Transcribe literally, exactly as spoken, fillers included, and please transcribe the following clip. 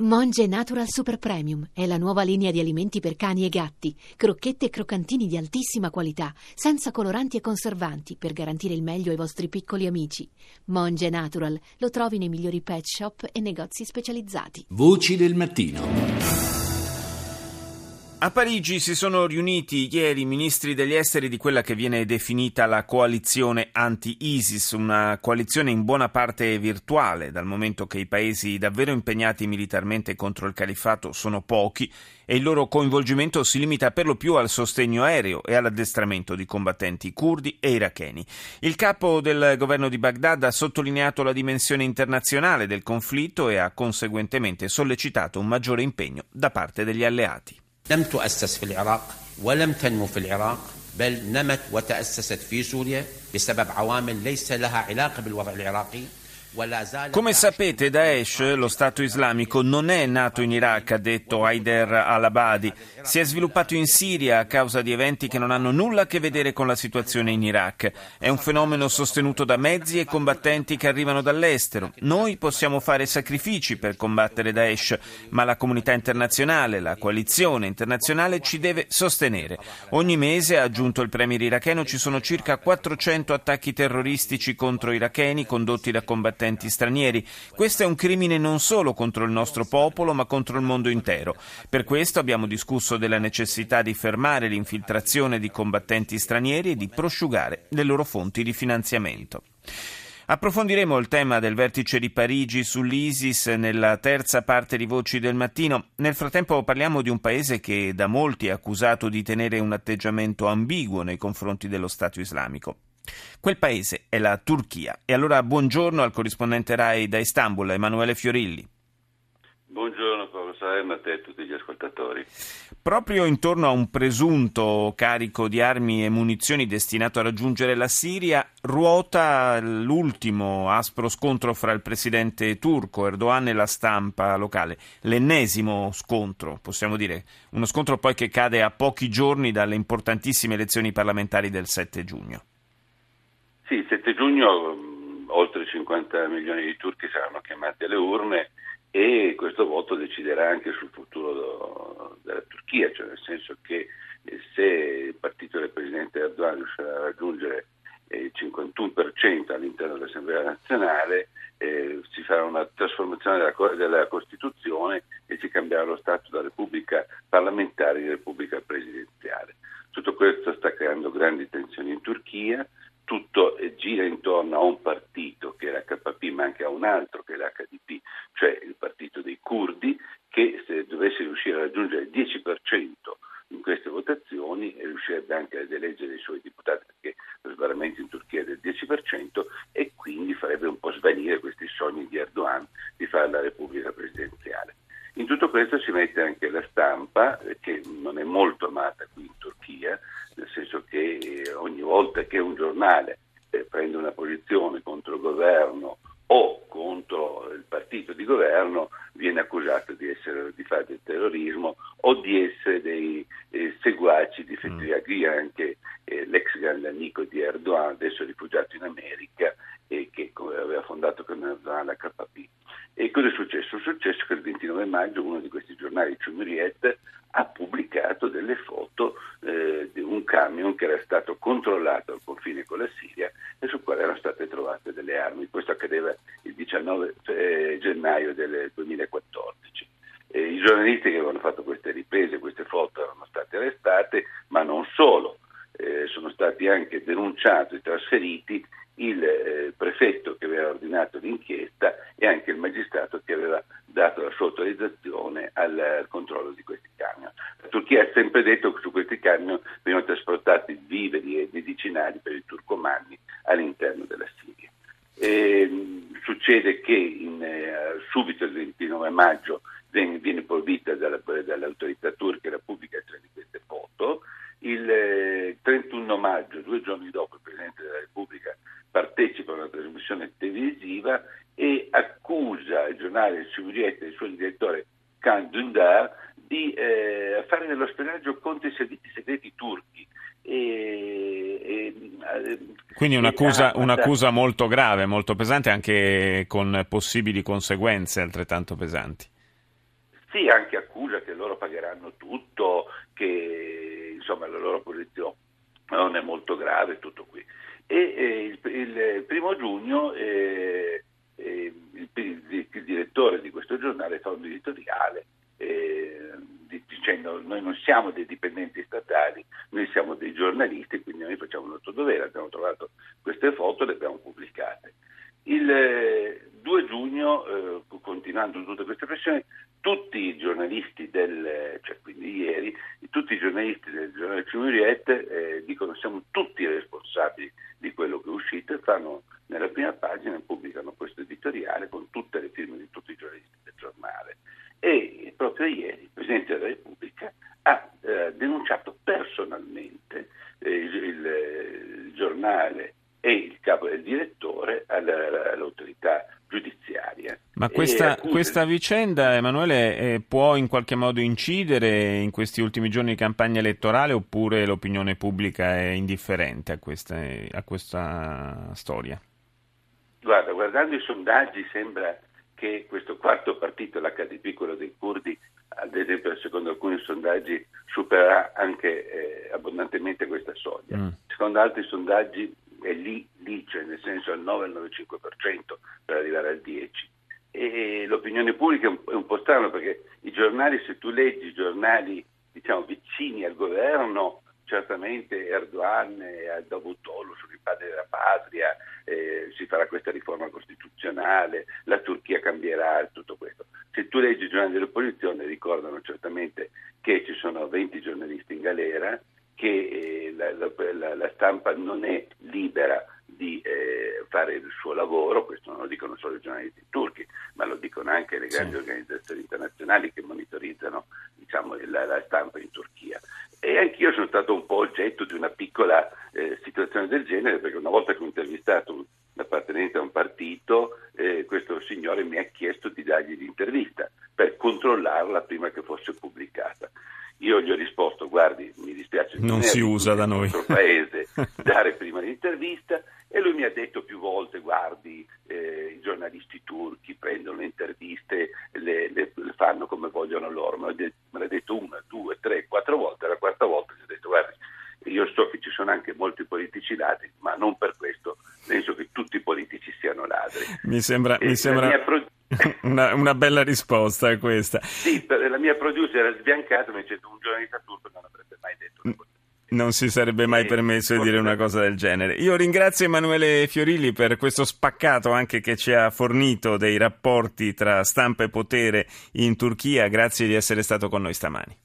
Monge Natural Super Premium è la nuova linea di alimenti per cani e gatti, crocchette e croccantini di altissima qualità, senza coloranti e conservanti, per garantire il meglio ai vostri piccoli amici. Monge Natural lo trovi nei migliori pet shop e negozi specializzati. Voci del mattino. A Parigi si sono riuniti ieri i ministri degli esteri di quella che viene definita la coalizione anti-ISIS, una coalizione in buona parte virtuale, dal momento che i paesi davvero impegnati militarmente contro il califfato sono pochi e il loro coinvolgimento si limita per lo più al sostegno aereo e all'addestramento di combattenti curdi e iracheni. Il capo del governo di Baghdad ha sottolineato la dimensione internazionale del conflitto e ha conseguentemente sollecitato un maggiore impegno da parte degli alleati. لم تؤسس في العراق ولم تنمو في العراق بل نمت وتأسست في سوريا بسبب عوامل ليس لها علاقة بالوضع العراقي. Come sapete, Daesh, lo Stato islamico, non è nato in Iraq, ha detto Haider al-Abadi. Si è sviluppato in Siria a causa di eventi che non hanno nulla a che vedere con la situazione in Iraq. È un fenomeno sostenuto da mezzi e combattenti che arrivano dall'estero. Noi possiamo fare sacrifici per combattere Daesh, ma la comunità internazionale, la coalizione internazionale ci deve sostenere. Ogni mese, ha aggiunto il premier iracheno, ci sono circa quattrocento attacchi terroristici contro iracheni condotti da combattenti stranieri. Questo è un crimine non solo contro il nostro popolo, ma contro il mondo intero. Per questo abbiamo discusso della necessità di fermare l'infiltrazione di combattenti stranieri e di prosciugare le loro fonti di finanziamento. Approfondiremo il tema del vertice di Parigi sull'ISIS nella terza parte di Voci del Mattino. Nel frattempo parliamo di un paese che da molti è accusato di tenere un atteggiamento ambiguo nei confronti dello Stato islamico. Quel paese è la Turchia. E allora buongiorno al corrispondente RAI da Istanbul, Emanuele Fiorilli. Buongiorno Paolo Salerno, a te e a tutti gli ascoltatori. Proprio intorno a un presunto carico di armi e munizioni destinato a raggiungere la Siria ruota l'ultimo aspro scontro fra il presidente turco Erdogan e la stampa locale. L'ennesimo scontro, possiamo dire, uno scontro poi che cade a pochi giorni dalle importantissime elezioni parlamentari del sette giugno. Sì, il sette giugno mh, oltre cinquanta milioni di turchi saranno chiamati alle urne e questo voto deciderà anche sul futuro do, della Turchia, cioè nel senso che eh, se il partito del presidente Erdogan riuscirà a raggiungere eh, il cinquantuno per cento all'interno dell'Assemblea nazionale, eh, si farà una trasformazione della, della Costituzione e si cambierà lo Stato da Repubblica parlamentare in Repubblica presidenziale. Tutto questo sta creando grandi tensioni in Turchia. Tutto gira intorno a un partito che è l'H P P, ma anche a un altro che è l'H D P, cioè il partito dei curdi, che se dovesse riuscire a raggiungere il dieci per cento in queste votazioni riuscirebbe anche ad eleggere i suoi deputati, perché lo sbarramento in Turchia è del dieci per cento e quindi farebbe un po' svanire questi sogni di Erdogan di fare la Repubblica presidenziale. In tutto questo si mette anche la stampa, che non è molto amata qui in Turchia, nel senso che ogni volta che un giornale eh, prende una posizione contro il governo o contro il partito di governo viene accusato di essere di fare del terrorismo o di essere dei eh, seguaci di Fethullah Gülen, che eh, l'ex grande amico di Erdogan, adesso rifugiato in America e che aveva fondato con Erdogan l'H P P. E cosa è successo? È successo che il ventinove maggio uno di questi giornali, Cumhuriyet, ha pubblicato delle foto eh, di un camion che era stato controllato al confine con la Siria e sul quale erano state trovate delle armi. Questo accadeva il diciannove gennaio del duemilaquattordici. E i giornalisti che avevano fatto queste riprese, queste foto, erano stati arrestati, ma non solo. Eh, sono stati anche denunciati e trasferiti il eh, prefetto che aveva ordinato l'inchiesta e anche il magistrato che aveva dato la sua autorizzazione al, al controllo di questi camion. La Turchia ha sempre detto che su questi camion venivano trasportati viveri e medicinali per i turcomanni all'interno della Siria. E, succede che in, eh, subito il ventinove maggio viene, viene proibita dalla, dall'autorità turca la pubblicazione di queste foto. Il eh, trentuno maggio, due giorni dopo, il Presidente della Repubblica partecipa a una trasmissione televisiva e accusa il giornale Cumhuriyet e il suo direttore Can Dündar di eh, fare dello spionaggio contro i servizi segreti turchi. E, e, Quindi un'accusa, un'accusa molto grave, molto pesante, anche con possibili conseguenze altrettanto pesanti. sì, anche accusa che loro pagheranno tutto, che insomma la loro posizione non è molto grave, tutto qui. E eh, il, il primo giugno eh, eh, il, il, il direttore di questo giornale fa un editoriale eh, dicendo: noi non siamo dei dipendenti statali, noi siamo dei giornalisti, quindi noi facciamo il nostro dovere. Abbiamo trovato queste foto e le abbiamo pubblicate. Il eh, due giugno, eh, continuando tutte queste pressioni, tutti i giornalisti del, cioè quindi ieri, tutti i giornalisti del giornale Cimuriette eh, dicono: siamo tutti responsabili di quello che è uscito, e fanno nella prima pagina e pubblicano questo editoriale con tutte le firme di tutti i giornalisti del giornale. E proprio ieri il Presidente della Repubblica ha eh, denunciato personalmente eh, il, il, il giornale e il capo del direttore alla, all'autorità giudiziaria. Ma questa, accuse... questa vicenda, Emanuele, eh, può in qualche modo incidere in questi ultimi giorni di campagna elettorale, oppure l'opinione pubblica è indifferente a questa, a questa storia? Guarda, guardando i sondaggi sembra che questo quarto partito, l'H D P, quello dei curdi, ad esempio secondo alcuni sondaggi supererà anche eh, abbondantemente questa soglia. Mm. Secondo altri sondaggi è lì, lì cioè nel senso al nove nove cinque per cento per arrivare al dieci per cento. E l'opinione pubblica è un, è un po' strano, perché i giornali, se tu leggi i giornali diciamo vicini al governo, certamente Erdogan e Davutoglu sono i padri della patria, eh, si farà questa riforma costituzionale, la Turchia cambierà, tutto questo. Se tu leggi i giornali dell'opposizione, ricordano certamente che ci sono venti giornalisti in galera, che eh, la, la, la stampa non è libera di eh, fare il suo lavoro. Questo non lo dicono solo i giornalisti turchi, ma lo dicono anche le grandi sì. organizzazioni internazionali che monitorizzano diciamo, la, la stampa in Turchia. E anch'io sono stato un po' oggetto di una piccola eh, situazione del genere, perché una volta che ho intervistato un appartenente a un partito, eh, questo signore mi ha chiesto di dargli l'intervista per controllarla prima che fosse pubblicata. Io gli ho risposto: guardi, mi dispiace, non si usa da noi nel nostro paese dare prima l'intervista, e lui mi ha detto più volte: guardi, eh, i giornalisti turchi prendono le interviste, le, le, le fanno come vogliono loro. Me l'ha detto, me l'ha detto una, due, tre, quattro volte. La quarta volta gli ho detto: guardi, io so che ci sono anche molti politici ladri, ma non per questo penso che tutti i politici siano ladri. Mi sembra, mi sembra pro... una, una bella risposta questa. Sì, la mia producer era sbiancata, mi dice: un giornalista turco non avrebbe mai detto una cosa. Non si sarebbe mai permesso di dire una cosa del genere. Io ringrazio Emanuele Fiorilli per questo spaccato anche che ci ha fornito dei rapporti tra stampa e potere in Turchia. Grazie di essere stato con noi stamani.